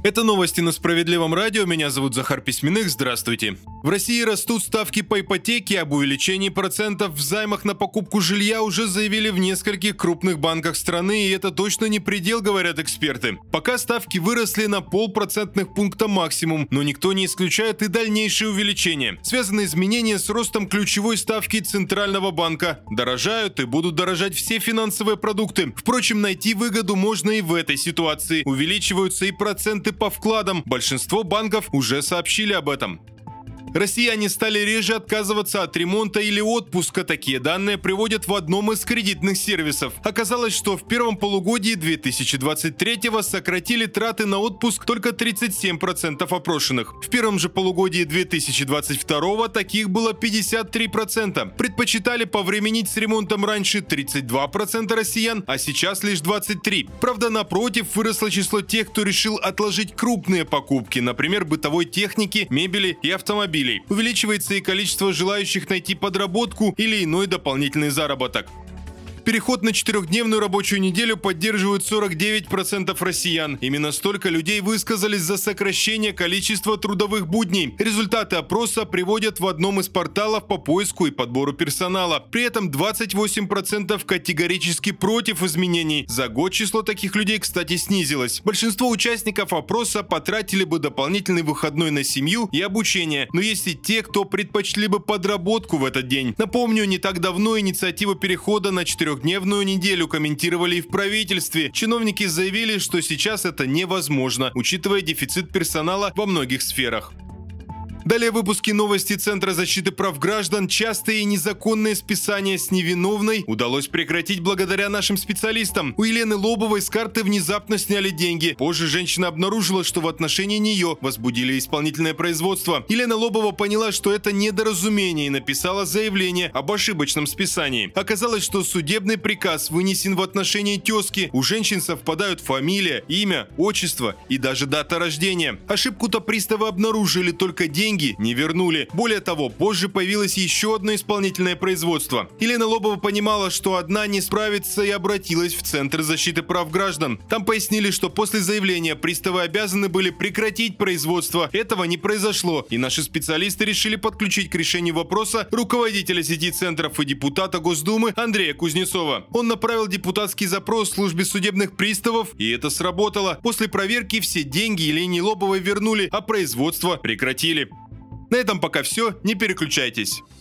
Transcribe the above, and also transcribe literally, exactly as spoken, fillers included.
Это новости на Справедливом радио. Меня зовут Захар Письменных. Здравствуйте. В России растут ставки по ипотеке. Об увеличении процентов в займах на покупку жилья уже заявили в нескольких крупных банках страны, и это точно не предел, говорят эксперты. Пока ставки выросли на полпроцентных пункта максимум, но никто не исключает и дальнейшее увеличение. Связаны изменения с ростом ключевой ставки Центрального банка. Дорожают и будут дорожать все финансовые продукты. Впрочем, найти выгоду можно и в этой ситуации. Увеличиваются и проценты по вкладам. Большинство банков уже сообщили об этом. Россияне стали реже отказываться от ремонта или отпуска. Такие данные приводят в одном из кредитных сервисов. Оказалось, что в первом полугодии две тысячи двадцать третьего сократили траты на отпуск только тридцать семь процентов опрошенных. В первом же полугодии две тысячи двадцать второго таких было пятьдесят три процента. Предпочитали повременить с ремонтом раньше тридцать два процента россиян, а сейчас лишь двадцать три процента. Правда, напротив, выросло число тех, кто решил отложить крупные покупки, например, бытовой техники, мебели и автомобилей. Увеличивается и количество желающих найти подработку или иной дополнительный заработок. Переход на четырехдневную рабочую неделю поддерживают сорок девять процентов россиян. Именно столько людей высказались за сокращение количества трудовых будней. Результаты опроса приводят в одном из порталов по поиску и подбору персонала. При этом двадцать восемь процентов категорически против изменений. За год число таких людей, кстати, снизилось. Большинство участников опроса потратили бы дополнительный выходной на семью и обучение. Но есть и те, кто предпочли бы подработку в этот день. Напомню, не так давно инициативу перехода на четырехдневную Дневную неделю комментировали и в правительстве. Чиновники заявили, что сейчас это невозможно, учитывая дефицит персонала во многих сферах. Далее в выпуске новости Центра защиты прав граждан. Частые и незаконные списания с невиновной удалось прекратить благодаря нашим специалистам. У Елены Лобовой с карты внезапно сняли деньги. Позже женщина обнаружила, что в отношении нее возбудили исполнительное производство. Елена Лобова поняла, что это недоразумение, и написала заявление об ошибочном списании. Оказалось, что судебный приказ вынесен в отношении тезки. У женщин совпадают фамилия, имя, отчество и даже дата рождения. Ошибку-то приставы обнаружили, только деньги не вернули. Более того, позже появилось еще одно исполнительное производство. Елена Лобова понимала, что одна не справится, и обратилась в Центр защиты прав граждан. Там пояснили, что после заявления приставы обязаны были прекратить производство. Этого не произошло, и наши специалисты решили подключить к решению вопроса руководителя сети центров и депутата Госдумы Андрея Кузнецова. Он направил депутатский запрос службе судебных приставов, и это сработало. После проверки все деньги Елене Лобовой вернули, а производство прекратили. На этом пока все, не переключайтесь.